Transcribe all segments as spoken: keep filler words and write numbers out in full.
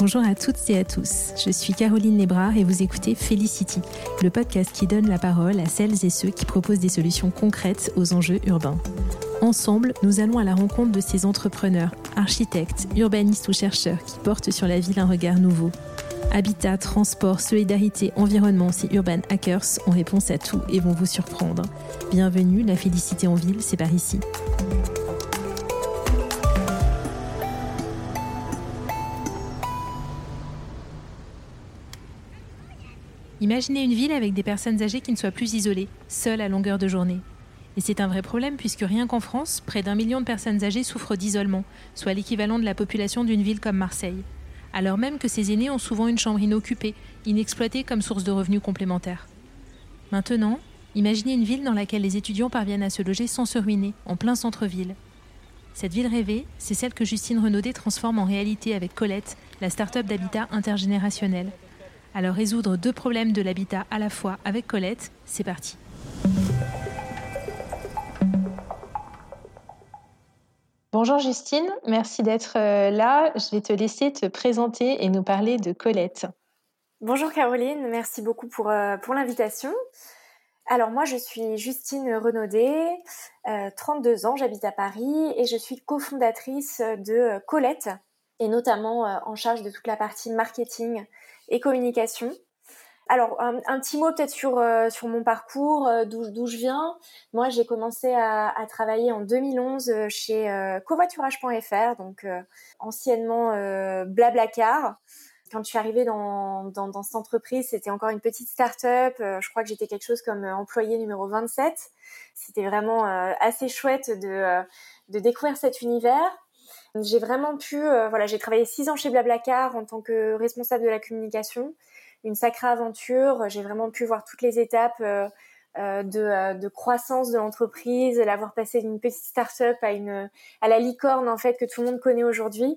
Bonjour à toutes et à tous, je suis Caroline Lébrard et vous écoutez Felicity, le podcast qui donne la parole à celles et ceux qui proposent des solutions concrètes aux enjeux urbains. Ensemble, nous allons à la rencontre de ces entrepreneurs, architectes, urbanistes ou chercheurs qui portent sur la ville un regard nouveau. Habitat, transport, solidarité, environnement, ces urban hackers ont réponse à tout et vont vous surprendre. Bienvenue, la félicité en ville, c'est par ici. Imaginez une ville avec des personnes âgées qui ne soient plus isolées, seules à longueur de journée. Et c'est un vrai problème puisque rien qu'en France, près d'un million de personnes âgées souffrent d'isolement, soit l'équivalent de la population d'une ville comme Marseille. Alors même que ces aînés ont souvent une chambre inoccupée, inexploitée comme source de revenus complémentaires. Maintenant, imaginez une ville dans laquelle les étudiants parviennent à se loger sans se ruiner, en plein centre-ville. Cette ville rêvée, c'est celle que Justine Renaudet transforme en réalité avec Colette, la start-up d'habitat intergénérationnel. Alors résoudre deux problèmes de l'habitat à la fois avec Colette, c'est parti. Bonjour Justine, merci d'être là. Je vais te laisser te présenter et nous parler de Colette. Bonjour Caroline, merci beaucoup pour, euh, pour l'invitation. Alors moi je suis Justine Renaudet, euh, trente-deux ans, j'habite à Paris et je suis cofondatrice de Colette et notamment euh, en charge de toute la partie marketing et communication. Alors un, un petit mot peut-être sur, euh, sur mon parcours, euh, d'où, d'où je viens. Moi j'ai commencé à, à travailler en deux mille onze chez euh, covoiturage point f r, donc euh, anciennement euh, Blablacar. Quand je suis arrivée dans, dans, dans cette entreprise, c'était encore une petite start-up. Euh, je crois que j'étais quelque chose comme euh, employée numéro vingt-sept. C'était vraiment euh, assez chouette de, euh, de découvrir cet univers. J'ai vraiment pu, euh, voilà, j'ai travaillé six ans chez Blablacar en tant que responsable de la communication. Une sacrée aventure. J'ai vraiment pu voir toutes les étapes euh, euh, de, euh, de croissance de l'entreprise, l'avoir passé d'une petite start-up à une, à la licorne en fait que tout le monde connaît aujourd'hui.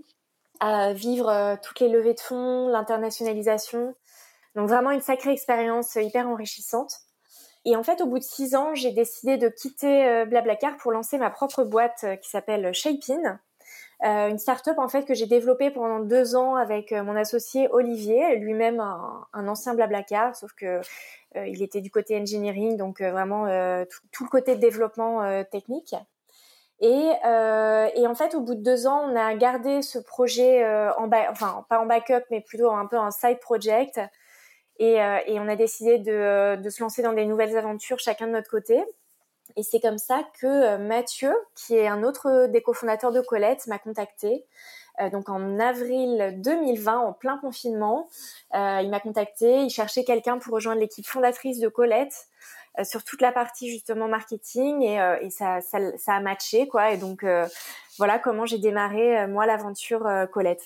À vivre euh, toutes les levées de fonds, l'internationalisation. Donc vraiment une sacrée expérience hyper enrichissante. Et en fait, au bout de six ans, j'ai décidé de quitter euh, Blablacar pour lancer ma propre boîte euh, qui s'appelle Shape-in. Euh, une start-up en fait que j'ai développée pendant deux ans avec euh, mon associé Olivier, lui-même un, un ancien Blablacar, sauf que euh, il était du côté engineering, donc euh, vraiment euh, tout, tout le côté de développement euh, technique. Et, euh, et en fait, au bout de deux ans, on a gardé ce projet euh, en ba- enfin pas en backup, mais plutôt un peu en side project. Et, euh, et on a décidé de, de se lancer dans des nouvelles aventures, chacun de notre côté. Et c'est comme ça que Mathieu, qui est un autre des cofondateurs de Colette, m'a contacté. Euh, donc en avril deux mille vingt, en plein confinement, euh, il m'a contacté. Il cherchait quelqu'un pour rejoindre l'équipe fondatrice de Colette euh, sur toute la partie justement marketing et, euh, et ça, ça, ça a matché quoi. Et donc euh, voilà comment j'ai démarré euh, moi l'aventure euh, Colette.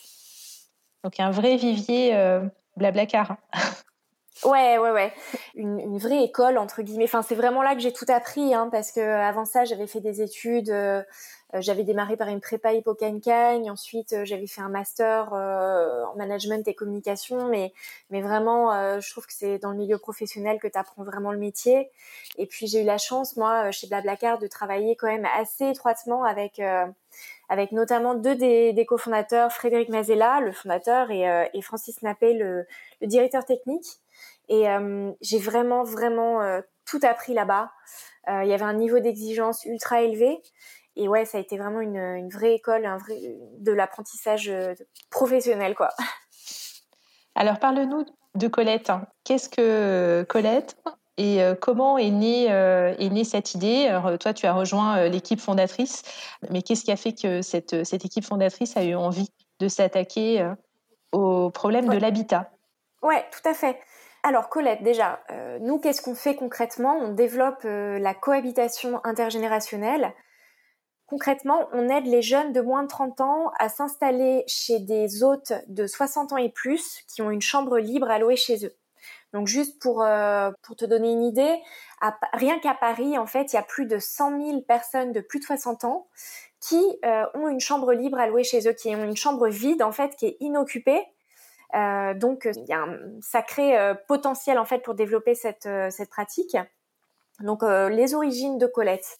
Donc un vrai vivier euh, Blablacar. Ouais, ouais, ouais. Une, une vraie école, entre guillemets. Enfin, c'est vraiment là que j'ai tout appris, hein, parce que avant ça, j'avais fait des études. Euh, j'avais démarré par une prépa Hippocagne-Cagne. Ensuite, euh, j'avais fait un master euh, en management et communication. Mais, mais vraiment, euh, je trouve que c'est dans le milieu professionnel que tu apprends vraiment le métier. Et puis, j'ai eu la chance, moi, chez Blablacar, de travailler quand même assez étroitement avec... Euh, avec notamment deux des, des cofondateurs, Frédéric Mazella, le fondateur, et, euh, et Francis Nappé, le, le directeur technique. Et euh, j'ai vraiment, vraiment euh, tout appris là-bas. Euh, il y avait un niveau d'exigence ultra élevé. Et ouais, ça a été vraiment une, une vraie école, un vrai, de l'apprentissage professionnel, quoi. Alors, parle-nous de Colette. Qu'est-ce que Colette et euh, comment est née, euh, est née cette idée? Alors, toi, tu as rejoint euh, l'équipe fondatrice, mais qu'est-ce qui a fait que cette, cette équipe fondatrice a eu envie de s'attaquer euh, au problème Ouais. de l'habitat? Ouais, tout à fait. Alors Colette, déjà, euh, nous, qu'est-ce qu'on fait concrètement? On développe euh, la cohabitation intergénérationnelle. Concrètement, on aide les jeunes de moins de trente ans à s'installer chez des hôtes de soixante ans et plus qui ont une chambre libre à louer chez eux. Donc juste pour euh, pour te donner une idée, à, rien qu'à Paris, en fait, il y a plus de cent mille personnes de plus de soixante ans qui euh, ont une chambre libre à louer chez eux, qui ont une chambre vide, en fait, qui est inoccupée. Euh, donc, il y a un sacré euh, potentiel, en fait, pour développer cette, euh, cette pratique. Donc, euh, les origines de Colette.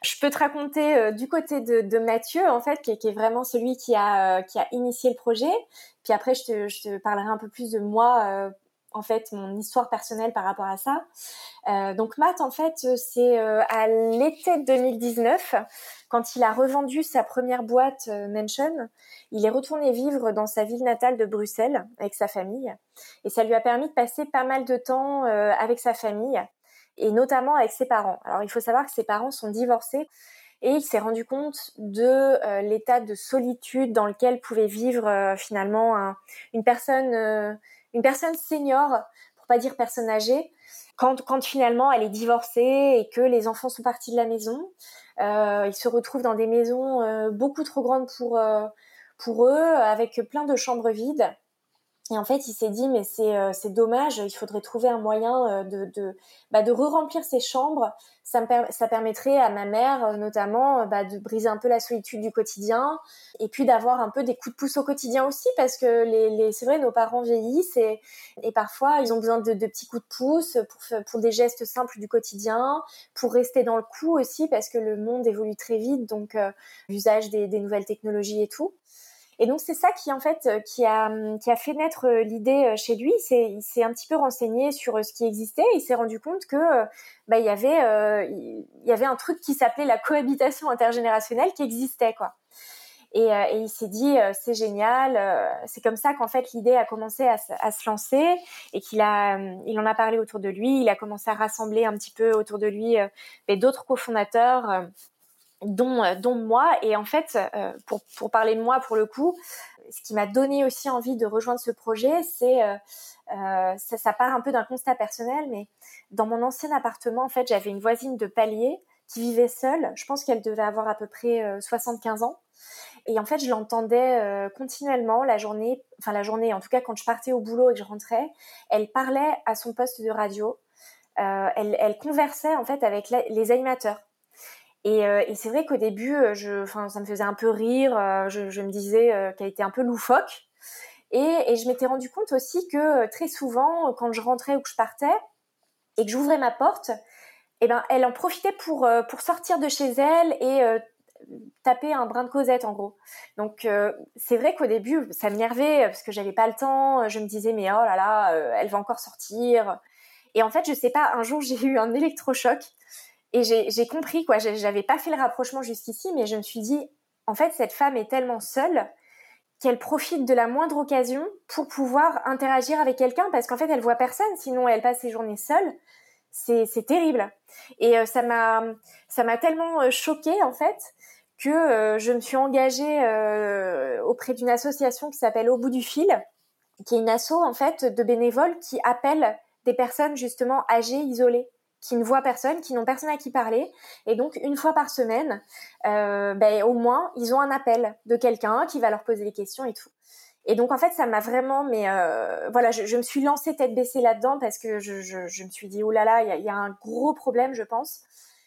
Je peux te raconter euh, du côté de, de Mathieu, en fait, qui, qui est vraiment celui qui a, euh, qui a initié le projet. Puis après, je te, je te parlerai un peu plus de moi, euh, en fait, mon histoire personnelle par rapport à ça. Euh, donc Matt, en fait, c'est euh, à l'été deux mille dix-neuf, quand il a revendu sa première boîte euh, Mention, il est retourné vivre dans sa ville natale de Bruxelles avec sa famille. Et ça lui a permis de passer pas mal de temps euh, avec sa famille, et notamment avec ses parents. Alors, il faut savoir que ses parents sont divorcés, et il s'est rendu compte de euh, l'état de solitude dans lequel pouvait vivre euh, finalement un, une personne, euh, une personne senior, pour pas dire personne âgée, quand, quand finalement elle est divorcée et que les enfants sont partis de la maison. Euh, ils se retrouvent dans des maisons euh, beaucoup trop grandes pour euh, pour eux, avec plein de chambres vides. Et en fait, il s'est dit, mais c'est euh, c'est dommage, il faudrait trouver un moyen euh, de de bah, de re-remplir ces chambres. Ça me per- ça permettrait à ma mère, euh, notamment, euh, bah, de briser un peu la solitude du quotidien, et puis d'avoir un peu des coups de pouce au quotidien aussi, parce que les les c'est vrai, nos parents vieillissent, et et parfois ils ont besoin de de petits coups de pouce pour fa- pour des gestes simples du quotidien, pour rester dans le coup aussi, parce que le monde évolue très vite, donc euh, l'usage des des nouvelles technologies et tout. Et donc c'est ça qui en fait euh, qui a qui a fait naître euh, l'idée euh, chez lui. C'est il s'est un petit peu renseigné sur euh, ce qui existait. Et il s'est rendu compte que euh, bah il y avait euh, il y avait un truc qui s'appelait la cohabitation intergénérationnelle qui existait, quoi. Et, euh, et il s'est dit euh, c'est génial. Euh, c'est comme ça qu'en fait l'idée a commencé à, à se lancer, et qu'il a euh, il en a parlé autour de lui. Il a commencé à rassembler un petit peu autour de lui euh, et d'autres cofondateurs. Euh, dont euh, dont moi. Et en fait, euh, pour pour parler de moi pour le coup, ce qui m'a donné aussi envie de rejoindre ce projet, c'est euh, euh, ça, ça part un peu d'un constat personnel, mais dans mon ancien appartement, en fait, j'avais une voisine de palier qui vivait seule. Je pense qu'elle devait avoir à peu près euh, soixante-quinze ans. Et en fait, je l'entendais euh, continuellement la journée, enfin la journée, en tout cas quand je partais au boulot et que je rentrais, elle parlait à son poste de radio. Euh, elle, elle conversait en fait avec la, les animateurs. Et, euh, et c'est vrai qu'au début, euh, je, enfin, ça me faisait un peu rire. Euh, je, je me disais euh, qu'elle était un peu loufoque. Et, et je m'étais rendu compte aussi que euh, très souvent, quand je rentrais ou que je partais et que j'ouvrais ma porte, eh ben, elle en profitait pour euh, pour sortir de chez elle et euh, taper un brin de causette, en gros. Donc euh, c'est vrai qu'au début, ça m'énervait parce que j'avais pas le temps. Je me disais mais oh là là, euh, elle va encore sortir. Et en fait, je sais pas, un jour j'ai eu un électrochoc. Et j'ai, j'ai compris, quoi. J'avais pas fait le rapprochement jusqu'ici, mais je me suis dit, en fait, cette femme est tellement seule qu'elle profite de la moindre occasion pour pouvoir interagir avec quelqu'un, parce qu'en fait, elle voit personne, sinon elle passe ses journées seule. C'est, c'est terrible. Et euh, ça m'a, ça m'a tellement euh, choquée, en fait, que euh, je me suis engagée euh, auprès d'une association qui s'appelle Au bout du fil, qui est une asso, en fait, de bénévoles qui appellent des personnes, justement, âgées, isolées, qui ne voient personne, qui n'ont personne à qui parler. Et donc, une fois par semaine, euh, ben, au moins, ils ont un appel de quelqu'un qui va leur poser des questions et tout. Et donc, en fait, ça m'a vraiment... Mais euh, voilà, je, je me suis lancée tête baissée là-dedans, parce que je, je, je me suis dit, oh là là, il y a, y a un gros problème, je pense.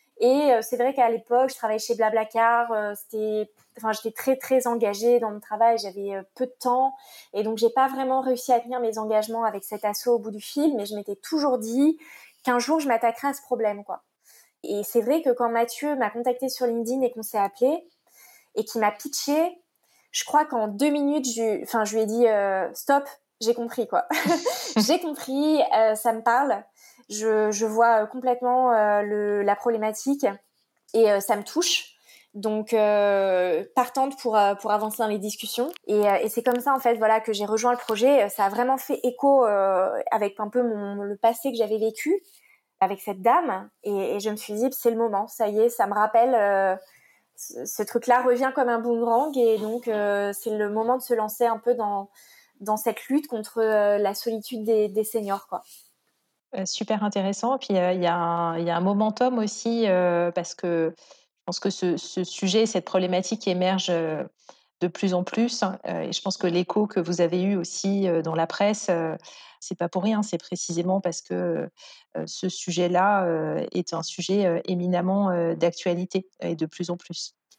Et euh, c'est vrai qu'à l'époque, je travaillais chez Blablacar. Euh, c'était, enfin, j'étais très très engagée dans mon travail. J'avais euh, peu de temps, et donc j'ai pas vraiment réussi à tenir mes engagements avec cet assaut Au bout du fil. Mais je m'étais toujours dit qu'un jour je m'attaquerais à ce problème, quoi. Et c'est vrai que quand Mathieu m'a contacté sur LinkedIn et qu'on s'est appelé et qu'il m'a pitché, je crois qu'en deux minutes, je, enfin, je lui ai dit euh, stop. J'ai compris, quoi. J'ai compris. Euh, ça me parle. Je, je vois complètement euh, le, la problématique, et euh, ça me touche. Donc euh, partante pour euh, pour avancer dans les discussions, et, euh, et c'est comme ça, en fait, voilà, que j'ai rejoint le projet. Ça a vraiment fait écho euh, avec un peu mon le passé que j'avais vécu avec cette dame, et, et je me suis dit c'est le moment, ça y est, ça me rappelle euh, ce, ce truc-là revient comme un boomerang, et donc euh, c'est le moment de se lancer un peu dans dans cette lutte contre euh, la solitude des, des seniors, quoi. Euh, super intéressant. Puis euh, il y a un, il y a un momentum aussi, euh, parce que je pense que ce, ce sujet, cette problématique émerge euh, de plus en plus. Hein. Euh, et je pense que l'écho que vous avez eu aussi euh, dans la presse, euh, c'est pas pour rien. C'est précisément parce que euh, ce sujet-là euh, est un sujet euh, éminemment euh, d'actualité, et de plus en plus.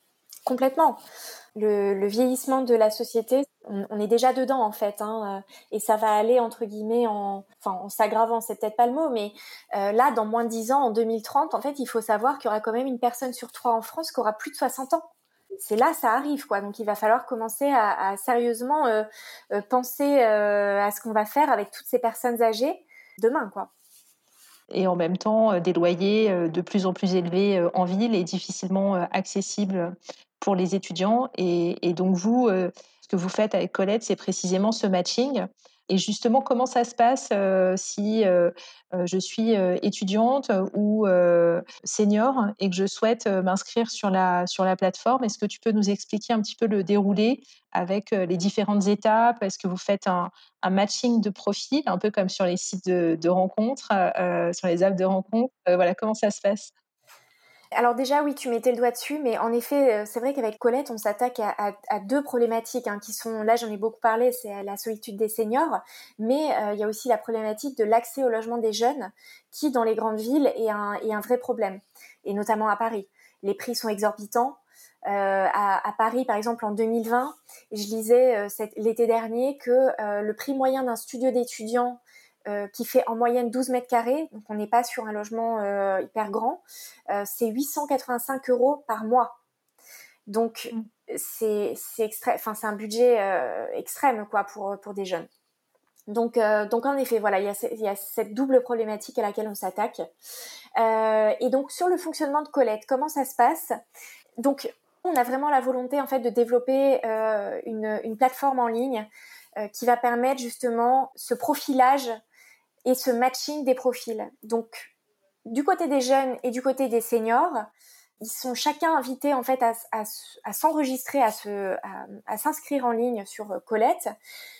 Complètement. Le, le vieillissement de la société, on, on est déjà dedans en fait, hein, euh, et ça va aller entre guillemets en, enfin en s'aggravant, c'est peut-être pas le mot, mais euh, là, dans moins de dix ans, en deux mille trente, en fait, il faut savoir qu'il y aura quand même une personne sur trois en France qui aura plus de soixante ans. C'est là, ça arrive, quoi. Donc, il va falloir commencer à, à sérieusement euh, euh, penser euh, à ce qu'on va faire avec toutes ces personnes âgées demain, quoi. Et en même temps, euh, des loyers euh, de plus en plus élevés euh, en ville et difficilement euh, accessibles pour les étudiants. Et, et donc, vous, euh, ce que vous faites avec Colette, c'est précisément ce matching. Et justement, comment ça se passe euh, si euh, euh, je suis euh, étudiante ou euh, senior et que je souhaite euh, m'inscrire sur la, sur la plateforme? Est-ce que tu peux nous expliquer un petit peu le déroulé avec euh, les différentes étapes? Est-ce que vous faites un, un matching de profil, un peu comme sur les sites de, de rencontres, euh, sur les apps de rencontres? Euh, voilà, comment ça se passe? Alors déjà, oui, tu mettais le doigt dessus, mais en effet, c'est vrai qu'avec Colette, on s'attaque à, à, à deux problématiques hein, qui sont, là j'en ai beaucoup parlé, c'est la solitude des seniors, mais euh, il y a aussi la problématique de l'accès au logement des jeunes, qui dans les grandes villes est un, est un vrai problème, et notamment à Paris. Les prix sont exorbitants. Euh, à, à Paris, par exemple, en deux mille vingt, je lisais euh, cet, l'été dernier que euh, le prix moyen d'un studio d'étudiants Euh, qui fait en moyenne douze mètres carrés, donc on n'est pas sur un logement euh, hyper grand, euh, c'est huit cent quatre-vingt-cinq euros par mois. Donc mmh. c'est c'est extrême, enfin c'est un budget euh, extrême quoi pour pour des jeunes. Donc euh, donc en effet voilà il y a il y a cette double problématique à laquelle on s'attaque. Euh, et donc sur le fonctionnement de Colette, comment ça se passe? Donc on a vraiment la volonté en fait de développer euh, une une plateforme en ligne euh, qui va permettre justement ce profilage et ce matching des profils. Donc, du côté des jeunes et du côté des seniors, ils sont chacun invités en fait à, à, à s'enregistrer, à, se, à, à s'inscrire en ligne sur Colette,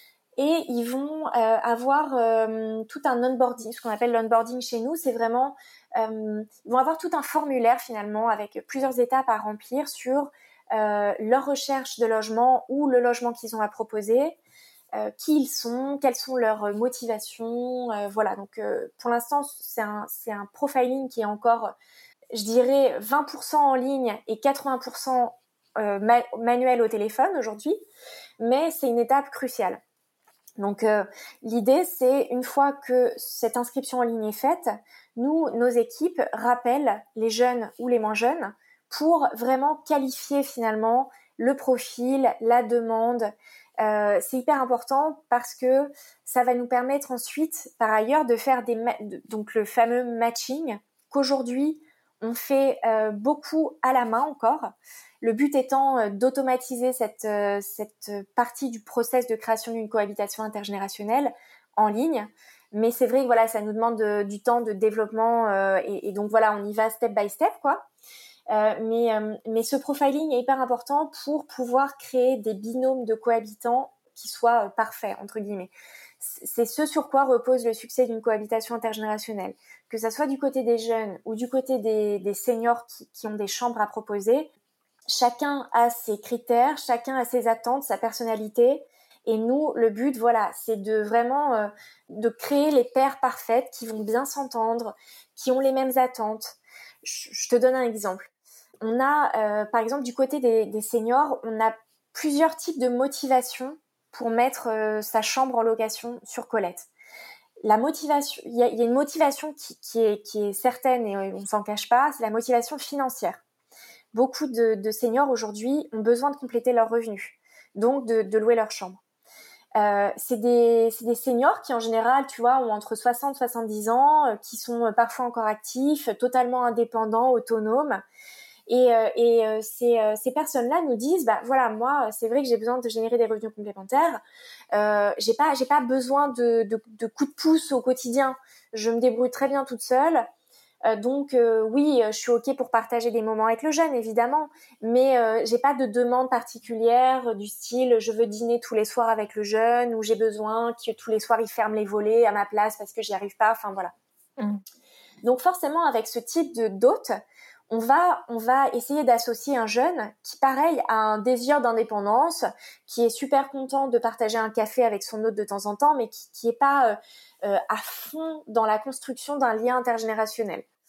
et ils vont euh, avoir euh, tout un onboarding. Ce qu'on appelle l'onboarding chez nous, c'est vraiment euh, ils vont avoir tout un formulaire finalement avec plusieurs étapes à remplir sur euh, leur recherche de logement ou le logement qu'ils ont à proposer. Euh, qui ils sont, quelles sont leurs motivations, euh, voilà. Donc euh, pour l'instant c'est un c'est un profiling qui est encore, je dirais, vingt pour cent en ligne et quatre-vingts pour cent euh, ma- manuel au téléphone aujourd'hui, mais c'est une étape cruciale. Donc euh, l'idée c'est une fois que cette inscription en ligne est faite, nous nos équipes rappellent les jeunes ou les moins jeunes pour vraiment qualifier finalement le profil, la demande. Euh, c'est hyper important parce que ça va nous permettre ensuite, par ailleurs, de faire des ma- donc le fameux matching qu'aujourd'hui on fait euh, beaucoup à la main encore. Le but étant euh, d'automatiser cette euh, cette partie du process de création d'une cohabitation intergénérationnelle en ligne. Mais c'est vrai que voilà, ça nous demande de, du temps de développement euh, et, et donc voilà, on y va step by step quoi. Euh, mais, euh, mais ce profiling est hyper important pour pouvoir créer des binômes de cohabitants qui soient euh, parfaits, entre guillemets. C'est ce sur quoi repose le succès d'une cohabitation intergénérationnelle. Que ça soit du côté des jeunes ou du côté des, des seniors qui, qui ont des chambres à proposer, chacun a ses critères, chacun a ses attentes, sa personnalité. Et nous, le but, voilà, c'est de vraiment euh, de créer les paires parfaites qui vont bien s'entendre, qui ont les mêmes attentes. Je, je te donne un exemple. On a, euh, par exemple, du côté des, des seniors, on a plusieurs types de motivation pour mettre euh, sa chambre en location sur Colette. La motivation, il y a, y a une motivation qui, qui, est, qui est certaine et on s'en cache pas, c'est la motivation financière. Beaucoup de, de seniors aujourd'hui ont besoin de compléter leurs revenus, donc de, de louer leur chambre. Euh, c'est des, c'est des seniors qui en général, tu vois, ont entre soixante et soixante-dix ans, euh, qui sont parfois encore actifs, totalement indépendants, autonomes. Et, euh, et euh, ces, euh, ces personnes-là nous disent, bah voilà, moi, c'est vrai que j'ai besoin de générer des revenus complémentaires. Euh, j'ai pas, j'ai pas besoin de, de, de coups de pouce au quotidien. Je me débrouille très bien toute seule. Euh, donc euh, oui, je suis ok pour partager des moments avec le jeune, évidemment, mais euh, j'ai pas de demande particulière du style je veux dîner tous les soirs avec le jeune ou j'ai besoin que tous les soirs il ferme les volets à ma place parce que j'y arrive pas. Enfin voilà. Mmh. Donc forcément, avec ce type de d'hôte, on va on va essayer d'associer un jeune qui, pareil, a un désir d'indépendance, qui est super content de partager un café avec son hôte de temps en temps, mais qui qui est pas euh, euh, à fond dans la construction d'un lien intergénérationnel.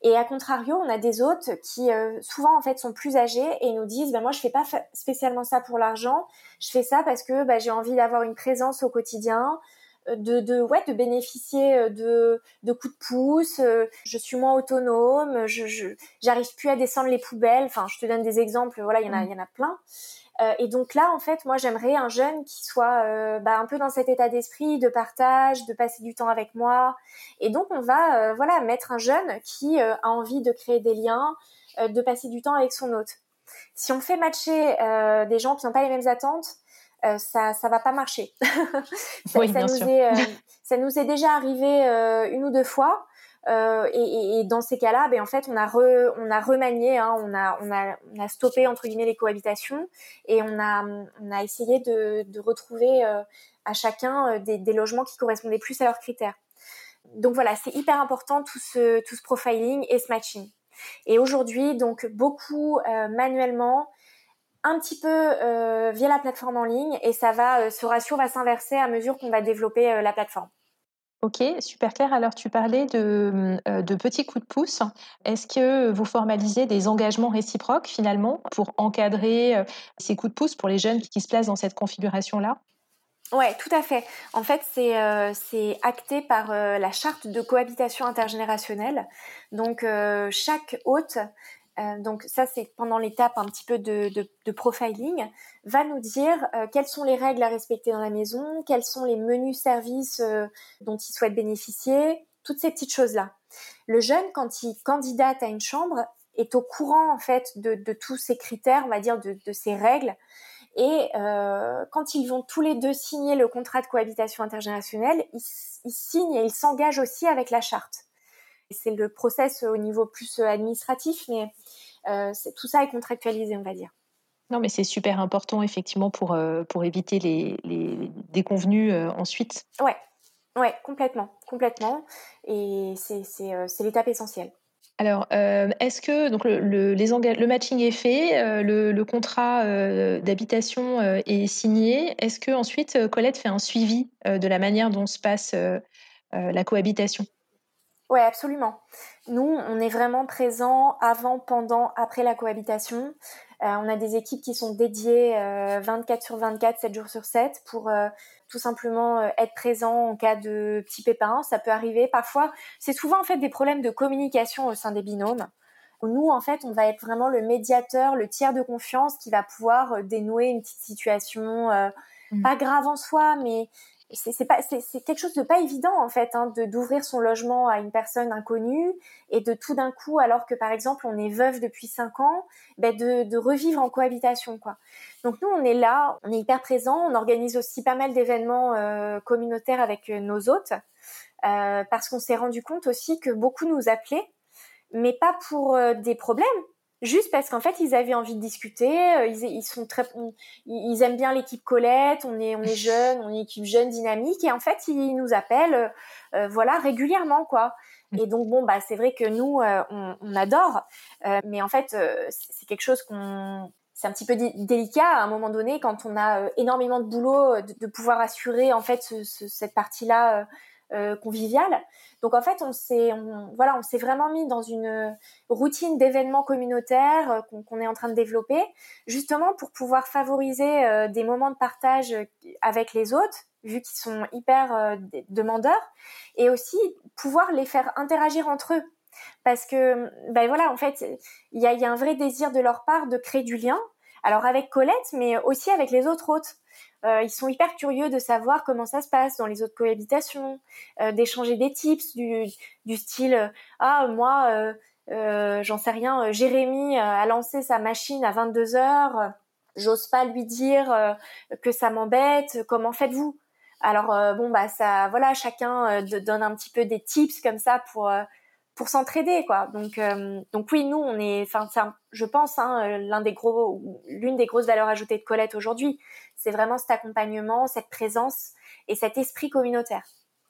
Et à contrario, on a des hôtes qui euh, souvent en fait sont plus âgés et nous disent ben moi je fais pas fa- spécialement ça pour l'argent, je fais ça parce que ben, j'ai envie d'avoir une présence au quotidien, euh, de de ouais de bénéficier euh, de de coups de pouce, euh, je suis moins autonome, je je j'arrive plus à descendre les poubelles, enfin je te donne des exemples, voilà, il y en a il y en a plein. Euh, et donc là, en fait, moi, j'aimerais un jeune qui soit euh, bah, un peu dans cet état d'esprit de partage, de passer du temps avec moi. Et donc, on va euh, voilà mettre un jeune qui euh, a envie de créer des liens, euh, de passer du temps avec son hôte. Si on fait matcher euh, des gens qui n'ont pas les mêmes attentes, euh, ça ça va pas marcher. ça, Oui, ça bien nous sûr. est euh, ça nous est déjà arrivé euh, une ou deux fois. Euh, et, et, et dans ces cas-là, ben en fait, on a re, on a remanié, hein, on a, on a, on a stoppé entre guillemets les cohabitations et on a, on a essayé de, de retrouver euh, à chacun euh, des, des logements qui correspondaient plus à leurs critères. Donc voilà, c'est hyper important tout ce, tout ce profiling et ce matching. Et aujourd'hui, donc beaucoup euh, manuellement, un petit peu euh, via la plateforme en ligne, et ça va, euh, ce ratio va s'inverser à mesure qu'on va développer euh, la plateforme. Ok, super clair. Alors, tu parlais de, euh, de petits coups de pouce. Est-ce que vous formalisez des engagements réciproques finalement pour encadrer euh, ces coups de pouce pour les jeunes qui se placent dans cette configuration-là? Ouais, tout à fait. En fait, c'est euh, c'est acté par euh, la charte de cohabitation intergénérationnelle. Donc euh, chaque hôte, euh, donc ça c'est pendant l'étape un petit peu de, de, de profiling, va nous dire euh, quelles sont les règles à respecter dans la maison, quels sont les menus services euh, dont il souhaite bénéficier, toutes ces petites choses-là. Le jeune, quand il candidate à une chambre, est au courant en fait de, de tous ces critères, on va dire de, de ces règles. Et euh, quand ils vont tous les deux signer le contrat de cohabitation intergénérationnelle, ils, ils signent et ils s'engagent aussi avec la charte. Et c'est le process au niveau plus administratif, mais euh, c'est, tout ça est contractualisé, on va dire. Non, mais c'est super important effectivement pour, euh, pour éviter les, les déconvenues euh, ensuite. Ouais, ouais, complètement, complètement. Et c'est, c'est, euh, c'est l'étape essentielle. Alors, euh, est-ce que donc le, le, les enga- le matching est fait, euh, le, le contrat euh, d'habitation euh, est signé? Est-ce que ensuite euh, Colette fait un suivi euh, de la manière dont se passe euh, euh, la cohabitation? Ouais, absolument. Nous, on est vraiment présents avant, pendant, après la cohabitation. Euh, on a des équipes qui sont dédiées euh, vingt-quatre sur vingt-quatre, sept jours sur sept pour euh, tout simplement euh, être présents en cas de petits pépins. Ça peut arriver parfois. C'est souvent en fait des problèmes de communication au sein des binômes. Nous, en fait, on va être vraiment le médiateur, le tiers de confiance qui va pouvoir euh, dénouer une petite situation euh, Mm. pas grave en soi, mais c'est, c'est pas c'est, c'est quelque chose de pas évident en fait, hein, de d'ouvrir son logement à une personne inconnue et de tout d'un coup, alors que par exemple on est veuve depuis cinq ans, ben de de revivre en cohabitation quoi. Donc nous on est là, on est hyper présent, on organise aussi pas mal d'événements euh, communautaires avec euh, nos hôtes euh, parce qu'on s'est rendu compte aussi que beaucoup nous appelaient, mais pas pour euh, des problèmes. Juste parce qu'en fait, ils avaient envie de discuter. euh, Ils, ils sont très, ils aiment bien l'équipe Colette. On est, on est jeunes, on est une équipe jeune, dynamique. Et en fait, ils nous appellent, euh, euh, voilà, régulièrement, quoi. Et donc bon, bah c'est vrai que nous, euh, on, on adore, euh, mais en fait, euh, c'est quelque chose qu'on, c'est un petit peu dé- délicat à un moment donné quand on a euh, énormément de boulot, de, de pouvoir assurer en fait ce, ce, cette partie-là euh, euh, conviviale. Donc en fait, on s'est, on, voilà, on s'est vraiment mis dans une routine d'événements communautaires euh, qu'on, qu'on est en train de développer, justement pour pouvoir favoriser euh, des moments de partage avec les autres, vu qu'ils sont hyper euh, demandeurs, et aussi pouvoir les faire interagir entre eux. Parce que, ben voilà, en fait, il y a, y a un vrai désir de leur part de créer du lien. Alors avec Colette, mais aussi avec les autres hôtes. Euh, ils sont hyper curieux de savoir comment ça se passe dans les autres cohabitations, euh, d'échanger des tips du, du style euh, ah moi euh, euh, j'en sais rien, euh, Jérémy euh, a lancé sa machine à vingt-deux heures, euh, j'ose pas lui dire euh, que ça m'embête, comment faites-vous? Alors euh, bon bah ça voilà, chacun euh, de, donne un petit peu des tips comme ça pour euh, pour s'entraider quoi. Donc euh, donc oui, nous on est, enfin c'est un, je pense hein, l'un des gros, l'une des grosses valeurs ajoutées de Colette aujourd'hui, c'est vraiment cet accompagnement, cette présence et cet esprit communautaire.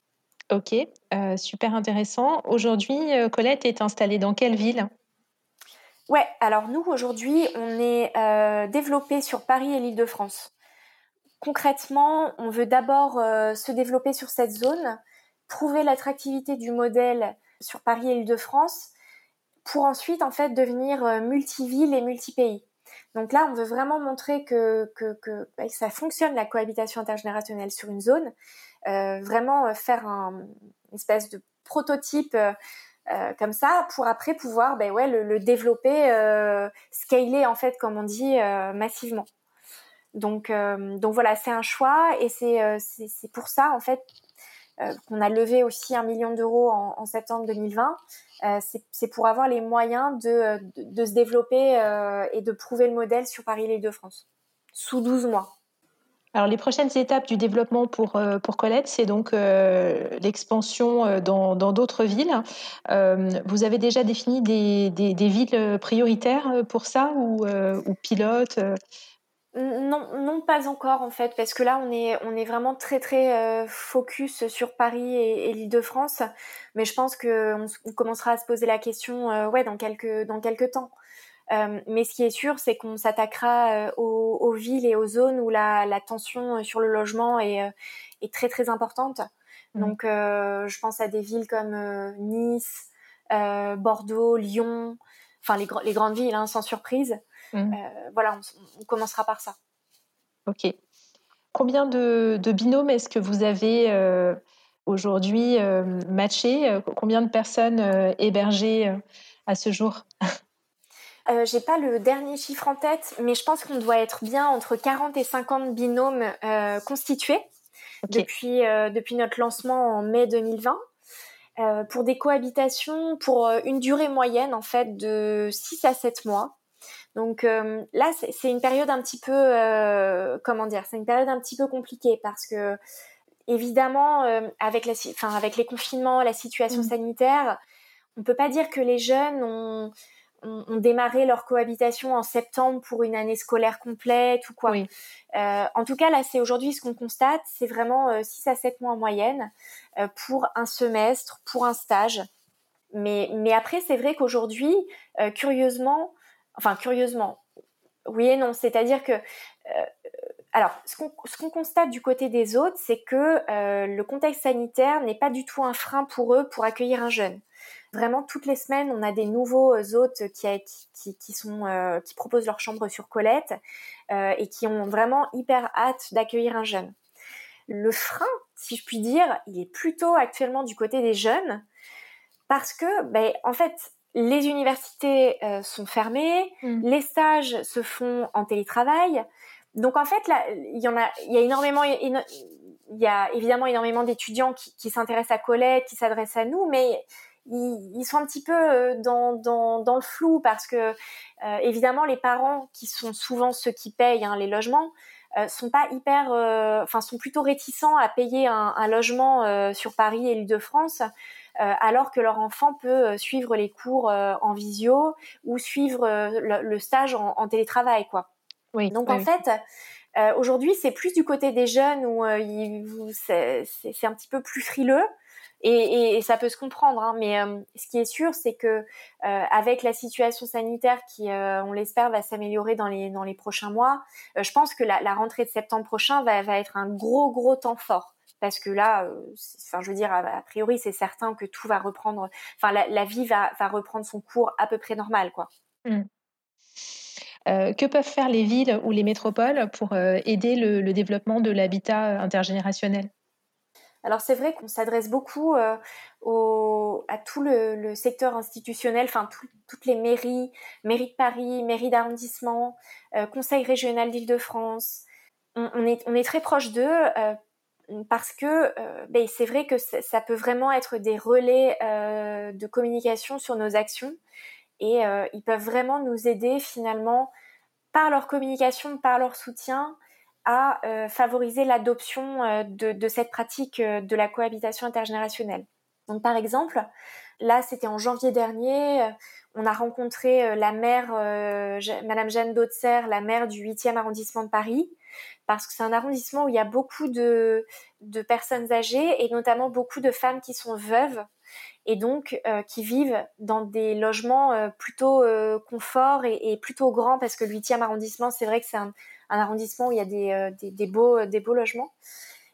Ok, euh, super intéressant. Aujourd'hui, euh, Colette est installée dans quelle ville? Ouais, alors nous aujourd'hui on est euh, développé sur Paris et l'Île-de-France. Concrètement, on veut d'abord euh, se développer sur cette zone, prouver l'attractivité du modèle sur Paris et l'Île-de-France. pour ensuite en fait devenir euh, multi-villes et multi-pays. Donc là, on veut vraiment montrer que, que, que, bah, que ça fonctionne la cohabitation intergénérationnelle sur une zone, euh, vraiment euh, faire un, une espèce de prototype euh, euh, comme ça pour après pouvoir bah, ouais, le, le développer, euh, scaler en fait comme on dit euh, massivement. Donc, euh, donc voilà, c'est un choix et c'est, euh, c'est, c'est pour ça en fait euh, qu'on a levé aussi un million d'euros en, en septembre deux mille vingt. Euh, c'est, c'est pour avoir les moyens de, de, de se développer euh, et de prouver le modèle sur Paris et l'Île-de-France sous douze mois. Alors, les prochaines étapes du développement pour, euh, pour Colette, c'est donc euh, l'expansion euh, dans, dans d'autres villes. Euh, vous avez déjà défini des, des, des villes prioritaires pour ça ou, euh, ou pilotes euh Non, non, pas encore en fait, parce que là on est on est vraiment très très euh, focus sur Paris et, et l'Île-de-France, mais je pense que on, on commencera à se poser la question, euh, ouais, dans quelques dans quelques temps. Euh, mais ce qui est sûr, c'est qu'on s'attaquera euh, aux, aux villes et aux zones où la, la tension sur le logement est, euh, est très très importante. Mmh. Donc, euh, je pense à des villes comme euh, Nice, euh, Bordeaux, Lyon, enfin les, gr- les grandes villes, hein, sans surprise. Mmh. Euh, voilà, on, on commencera par ça. Ok. Combien de, de binômes est-ce que vous avez euh, aujourd'hui euh, matchés? Euh, Combien de personnes euh, hébergées euh, à ce jour? Euh, j'ai pas le dernier chiffre en tête, mais je pense qu'on doit être bien entre quarante et cinquante binômes euh, constitués Ok. depuis, euh, depuis notre lancement en mai deux mille vingt. Euh, pour des cohabitations pour euh, une durée moyenne en fait de six à sept mois. Donc euh, là c'est, c'est une période un petit peu euh, comment dire, c'est une période un petit peu compliquée parce que évidemment euh, avec la enfin avec les confinements, la situation Mmh. sanitaire, on peut pas dire que les jeunes ont ont, ont démarré leur cohabitation en septembre pour une année scolaire complète ou quoi. Oui. Euh, en tout cas, là, c'est aujourd'hui ce qu'on constate, c'est vraiment euh, six à sept mois en moyenne euh, pour un semestre, pour un stage. Mais, mais après, c'est vrai qu'aujourd'hui, euh, curieusement, enfin curieusement, oui et non, c'est-à-dire que, euh, alors, ce qu'on, ce qu'on constate du côté des autres, c'est que euh, le contexte sanitaire n'est pas du tout un frein pour eux pour accueillir un jeune. Vraiment, toutes les semaines, on a des nouveaux hôtes qui, qui, qui, sont, euh, qui proposent leur chambre sur Colette euh, et qui ont vraiment hyper hâte d'accueillir un jeune. Le frein, si je puis dire, il est plutôt actuellement du côté des jeunes parce que, ben, en fait, les universités euh, sont fermées, Mmh. les stages se font en télétravail. Donc en fait, là, il y en a, il y a énormément, il y a évidemment énormément d'étudiants qui, qui s'intéressent à Colette, qui s'adressent à nous, mais ils, ils sont un petit peu dans, dans, dans le flou parce que euh, évidemment les parents qui sont souvent ceux qui payent hein, les logements euh, sont pas hyper, enfin euh, sont plutôt réticents à payer un, un logement euh, sur Paris et l'Île-de-France. Euh, alors que leur enfant peut suivre les cours euh, en visio ou suivre euh, le, le stage en, en télétravail, quoi. Oui. Donc Oui, en oui. fait, euh, aujourd'hui, c'est plus du côté des jeunes où euh, ils, c'est, c'est, c'est un petit peu plus frileux. Et, et, et ça peut se comprendre, hein, mais euh, ce qui est sûr, c'est que euh, avec la situation sanitaire qui, euh, on l'espère, va s'améliorer dans les dans les prochains mois, euh, je pense que la, la rentrée de septembre prochain va, va être un gros gros temps fort. Parce que là, euh, enfin, je veux dire, a, a priori, c'est certain que tout va reprendre. Enfin, la, la vie va, va reprendre son cours à peu près normal, quoi. Mmh. Euh, que peuvent faire les villes ou les métropoles pour euh, aider le, le développement de l'habitat intergénérationnel? Alors c'est vrai qu'on s'adresse beaucoup euh, au, à tout le, le secteur institutionnel, enfin tout, toutes les mairies, mairie de Paris, mairie d'arrondissement, euh, conseil régional d'Île-de-France. On, on, est, on est très proche d'eux euh, parce que euh, ben, c'est vrai que ça, ça peut vraiment être des relais euh, de communication sur nos actions et euh, ils peuvent vraiment nous aider finalement par leur communication, par leur soutien, à euh, favoriser l'adoption euh, de, de cette pratique euh, de la cohabitation intergénérationnelle. Donc par exemple, là c'était en janvier dernier, euh, on a rencontré euh, la maire, euh, Madame Jeanne Dautzer, la maire du huitième arrondissement de Paris, parce que c'est un arrondissement où il y a beaucoup de, de personnes âgées et notamment beaucoup de femmes qui sont veuves et donc euh, qui vivent dans des logements euh, plutôt euh, confort et, et plutôt grands parce que le huitième arrondissement, c'est vrai que c'est un, un arrondissement où il y a des, euh, des, des, beaux, des beaux logements.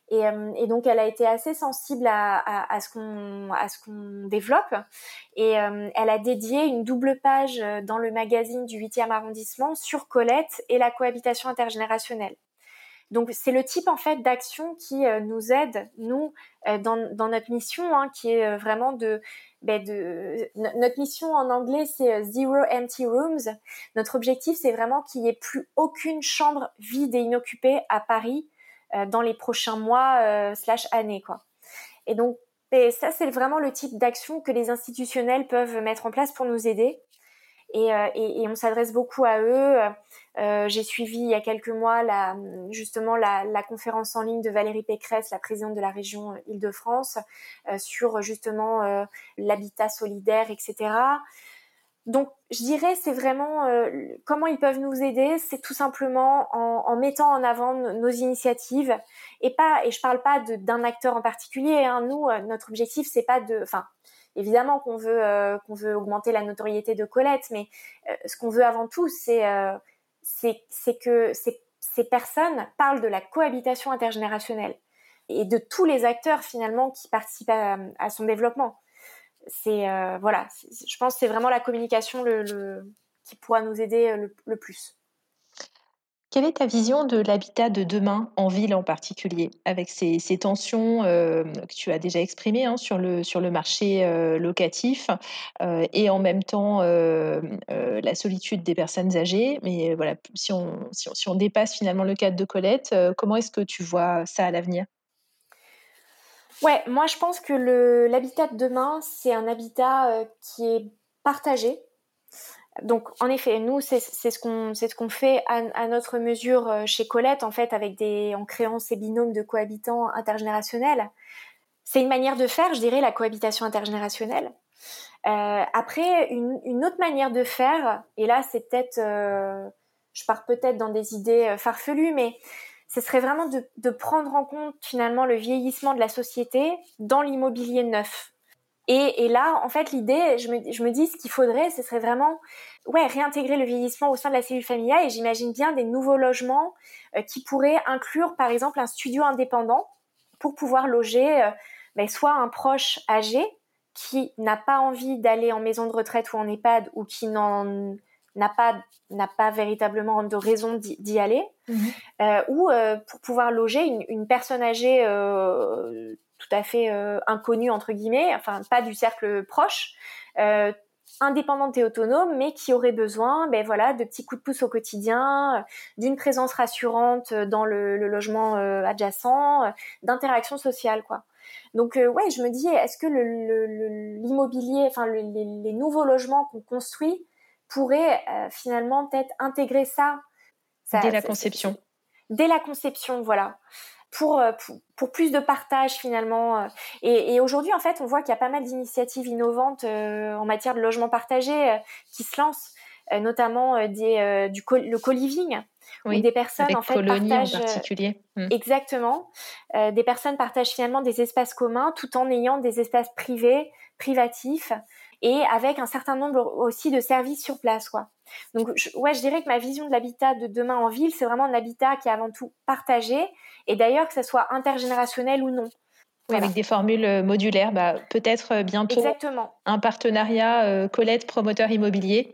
Et, euh, et donc, elle a été assez sensible à, à, à ce qu'on, à ce qu'on développe. Et euh, elle a dédié une double page dans le magazine du huitième arrondissement sur Colette et la cohabitation intergénérationnelle. Donc, c'est le type, en fait, d'action qui euh, nous aide, nous, euh, dans, dans notre mission, hein, qui est vraiment de... Ben de notre mission en anglais, c'est Zero Empty Rooms. Notre objectif, c'est vraiment qu'il n'y ait plus aucune chambre vide et inoccupée à Paris euh, dans les prochains mois euh, slash années, quoi. Et donc, et ça, c'est vraiment le type d'action que les institutionnels peuvent mettre en place pour nous aider. Et, euh, et, et on s'adresse beaucoup à eux. Euh, j'ai suivi il y a quelques mois la, justement la, la conférence en ligne de Valérie Pécresse, la présidente de la région Île-de-France, euh, sur justement euh, l'habitat solidaire, et cetera. Donc, je dirais, c'est vraiment euh, comment ils peuvent nous aider, c'est tout simplement en, en mettant en avant nos initiatives et pas, et je parle pas de, d'un acteur en particulier. Hein. Nous, euh, notre objectif, c'est pas de, enfin, évidemment qu'on veut euh, qu'on veut augmenter la notoriété de Colette, mais euh, ce qu'on veut avant tout, c'est euh, c'est c'est que ces, ces personnes parlent de la cohabitation intergénérationnelle et de tous les acteurs finalement qui participent à, à son développement. C'est euh, voilà, c'est, je pense que c'est vraiment la communication le, le, qui pourra nous aider le, le plus. Quelle est ta vision de l'habitat de demain en ville en particulier, avec ces, ces tensions euh, que tu as déjà exprimées hein, sur, le, sur le marché euh, locatif euh, et en même temps euh, euh, la solitude des personnes âgées. Mais voilà, si on, si on, si on dépasse finalement le cadre de Colette, euh, comment est-ce que tu vois ça à l'avenir ? Ouais, moi je pense que le, l'habitat de demain, c'est un habitat euh, qui est partagé. Donc, en effet, nous, c'est, c'est ce qu'on, c'est ce qu'on fait à, à notre mesure chez Colette, en fait, avec des, en créant ces binômes de cohabitants intergénérationnels. C'est une manière de faire, je dirais, la cohabitation intergénérationnelle. Euh, après, une, une autre manière de faire, et là, c'est peut-être, euh, je pars peut-être dans des idées farfelues, mais ce serait vraiment de, de prendre en compte finalement le vieillissement de la société dans l'immobilier neuf. Et, et là, en fait, l'idée, je me, je me dis, ce qu'il faudrait, ce serait vraiment, ouais, réintégrer le vieillissement au sein de la cellule familiale. Et j'imagine bien des nouveaux logements euh, qui pourraient inclure, par exemple, un studio indépendant pour pouvoir loger euh, ben, soit un proche âgé qui n'a pas envie d'aller en maison de retraite ou en EHPAD ou qui n'en n'a pas n'a pas véritablement de raison d'y, d'y aller, mmh. euh, ou euh, pour pouvoir loger une, une personne âgée euh, tout à fait euh, inconnue entre guillemets, enfin pas du cercle proche, euh, indépendante et autonome, mais qui aurait besoin, ben voilà, de petits coups de pouce au quotidien, d'une présence rassurante dans le, le logement euh, adjacent, euh, d'interaction sociale, quoi. Donc euh, ouais, je me dis, est-ce que le, le, le, l'immobilier, enfin le, les, les nouveaux logements qu'on construit pourraient euh, finalement peut-être intégrer ça, ça dès la ça, conception. c'est, c'est, dès la conception, voilà. Pour, pour, pour plus de partage finalement. Et, et aujourd'hui, en fait, on voit qu'il y a pas mal d'initiatives innovantes euh, en matière de logement partagé euh, qui se lancent, euh, notamment euh, des, euh, du co- le co-living, oui, où des personnes avec en fait Colonie partagent en particulier. Euh, mmh. Exactement. Euh, des personnes partagent finalement des espaces communs tout en ayant des espaces privés, privatifs, et avec un certain nombre aussi de services sur place, quoi. Donc, je, ouais, je dirais que ma vision de l'habitat de demain en ville, c'est vraiment un habitat qui est avant tout partagé, et d'ailleurs que ce soit intergénérationnel ou non. Oui, voilà. Avec des formules modulaires, bah, peut-être bientôt Exactement. un partenariat euh, Colette promoteur immobilier.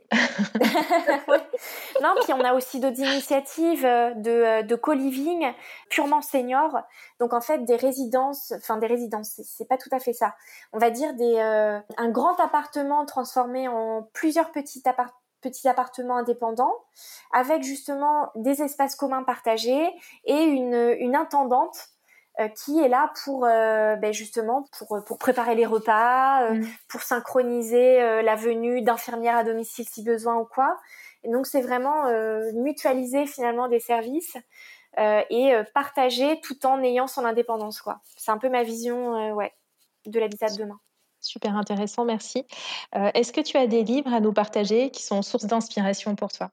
ouais. Non, puis on a aussi d'autres initiatives de, de co-living purement senior. Donc en fait des résidences, enfin des résidences, c'est, c'est pas tout à fait ça. On va dire des euh, un grand appartement transformé en plusieurs petits appartements. petits appartements indépendants avec justement des espaces communs partagés et une, une intendante euh, qui est là pour euh, ben justement pour, pour préparer les repas, euh, mmh. pour synchroniser euh, la venue d'infirmières à domicile si besoin ou quoi. Et donc c'est vraiment euh, mutualiser finalement des services euh, et euh, partager tout en ayant son indépendance, quoi. C'est un peu ma vision euh, ouais, de l'habitat de demain. Super intéressant, merci. Euh, est-ce que tu as des livres à nous partager qui sont source d'inspiration pour toi ?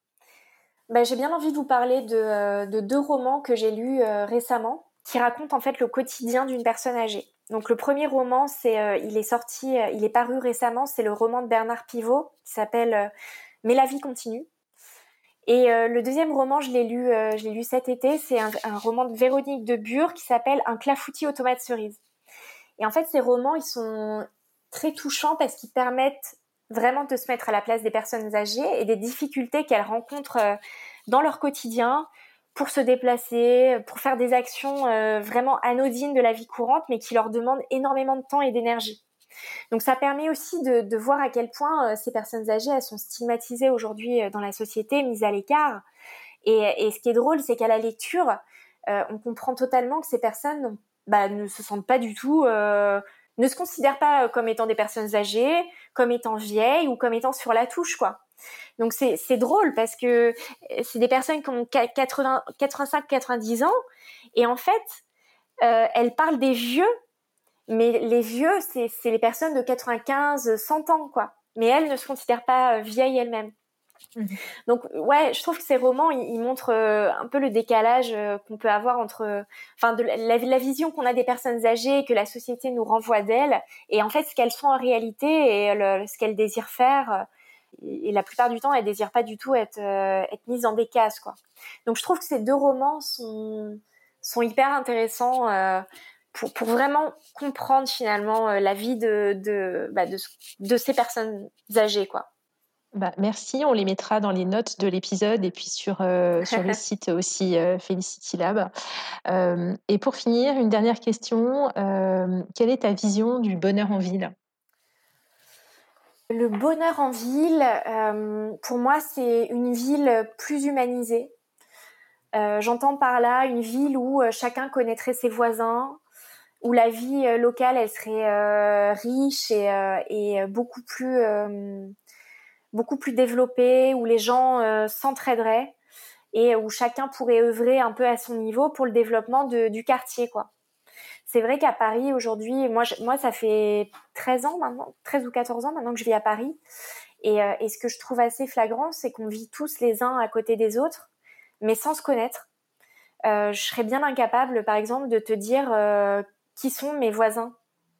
Ben, j'ai bien envie de vous parler de, euh, de deux romans que j'ai lus euh, récemment qui racontent en fait le quotidien d'une personne âgée. Donc le premier roman, c'est, euh, il est sorti, euh, il est paru récemment, c'est le roman de Bernard Pivot qui s'appelle euh, « Mais la vie continue ». Et euh, le deuxième roman, je l'ai lu, euh, je l'ai lu cet été, c'est un, un roman de Véronique de Bure qui s'appelle Un clafoutis aux tomates cerises. Et en fait, ces romans, ils sont très touchants parce qu'ils permettent vraiment de se mettre à la place des personnes âgées et des difficultés qu'elles rencontrent euh, dans leur quotidien pour se déplacer, pour faire des actions euh, vraiment anodines de la vie courante, mais qui leur demandent énormément de temps et d'énergie. Donc ça permet aussi de, de voir à quel point euh, ces personnes âgées, elles sont stigmatisées aujourd'hui euh, dans la société, mises à l'écart. Et, et ce qui est drôle, c'est qu'à la lecture, euh, on comprend totalement que ces personnes bah, ne se sentent pas du tout, euh, ne se considèrent pas comme étant des personnes âgées, comme étant vieilles ou comme étant sur la touche, quoi. Donc c'est, c'est drôle parce que c'est des personnes qui ont quatre-vingts, quatre-vingt-cinq, quatre-vingt-dix ans et en fait, euh, elles parlent des vieux. Mais les vieux, c'est, c'est les personnes de quatre-vingt-quinze, cent ans, quoi. Mais elles ne se considèrent pas vieilles elles-mêmes. Mmh. Donc, ouais, je trouve que ces romans, ils, ils montrent euh, un peu le décalage euh, qu'on peut avoir entre, enfin, de la, la vision qu'on a des personnes âgées, que la société nous renvoie d'elles, et en fait, ce qu'elles sont en réalité et le, ce qu'elles désirent faire. Et, et la plupart du temps, elles désirent pas du tout être, euh, être mises dans des cases, quoi. Donc, je trouve que ces deux romans sont, sont hyper intéressants. Euh, Pour, pour vraiment comprendre finalement euh, la vie de, de, bah, de, de ces personnes âgées, quoi. Bah, merci, on les mettra dans les notes de l'épisode et puis sur, euh, sur le site aussi euh, Felicity Lab. Euh, et pour finir, une dernière question, euh, quelle est ta vision du bonheur en ville ? Le bonheur en ville, euh, pour moi, c'est une ville plus humanisée. Euh, j'entends par là une ville où euh, chacun connaîtrait ses voisins, où la vie euh, locale, elle serait euh, riche et, euh, et beaucoup plus euh, beaucoup plus développée, où les gens euh, s'entraideraient et où chacun pourrait œuvrer un peu à son niveau pour le développement de, du quartier, quoi. C'est vrai qu'à Paris aujourd'hui, moi, je, moi ça fait treize ans maintenant, treize ou quatorze ans maintenant que je vis à Paris, et, euh, et ce que je trouve assez flagrant, c'est qu'on vit tous les uns à côté des autres, mais sans se connaître. Euh, je serais bien incapable, par exemple, de te dire euh, qui sont mes voisins.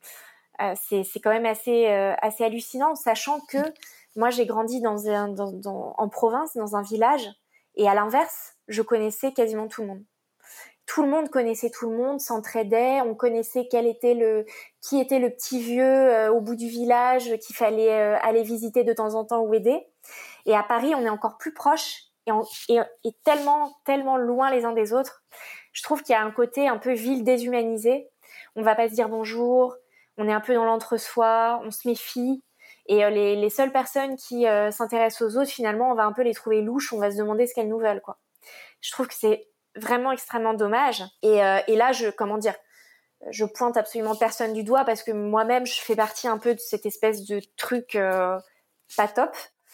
Euh, c'est, c'est quand même assez, euh, assez hallucinant, sachant que moi, j'ai grandi dans un, dans, dans, en province, dans un village, et à l'inverse, je connaissais quasiment tout le monde. Tout le monde connaissait tout le monde, s'entraidait, on connaissait quel était le, qui était le petit vieux euh, au bout du village qu'il fallait euh, aller visiter de temps en temps ou aider. Et à Paris, on est encore plus proches et, on, et, et tellement, tellement loin les uns des autres. Je trouve qu'il y a un côté un peu ville déshumanisée. On va pas se dire bonjour, on est un peu dans l'entre-soi, on se méfie. Et euh, les, les seules personnes qui euh, s'intéressent aux autres, finalement, on va un peu les trouver louches, on va se demander ce qu'elles nous veulent, quoi. Je trouve que c'est vraiment extrêmement dommage. Et, euh, et là, je, comment dire, je pointe absolument personne du doigt parce que moi-même, je fais partie un peu de cette espèce de truc euh, pas top.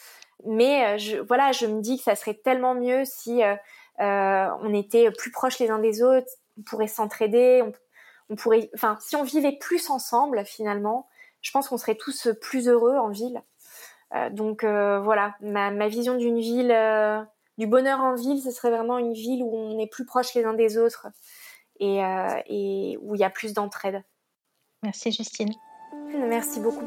Mais euh, je, voilà, je me dis que ça serait tellement mieux si euh, euh, on était plus proches les uns des autres, on pourrait s'entraider, on, on pourrait, enfin, si on vivait plus ensemble, finalement, je pense qu'on serait tous plus heureux en ville. Euh, donc euh, voilà, ma, ma vision d'une ville, euh, du bonheur en ville, ce serait vraiment une ville où on est plus proches les uns des autres et, euh, et où il y a plus d'entraide. Merci Justine. Merci beaucoup.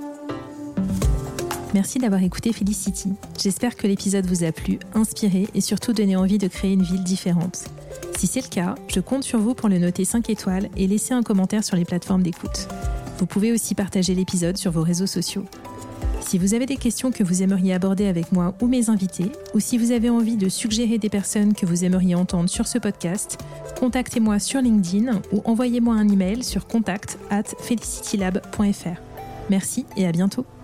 Merci d'avoir écouté Felicity. J'espère que l'épisode vous a plu, inspiré et surtout donné envie de créer une ville différente. Si c'est le cas, je compte sur vous pour le noter cinq étoiles et laisser un commentaire sur les plateformes d'écoute. Vous pouvez aussi partager l'épisode sur vos réseaux sociaux. Si vous avez des questions que vous aimeriez aborder avec moi ou mes invités, ou si vous avez envie de suggérer des personnes que vous aimeriez entendre sur ce podcast, contactez-moi sur LinkedIn ou envoyez-moi un email sur contact arobase felicitylab point fr. Merci et à bientôt.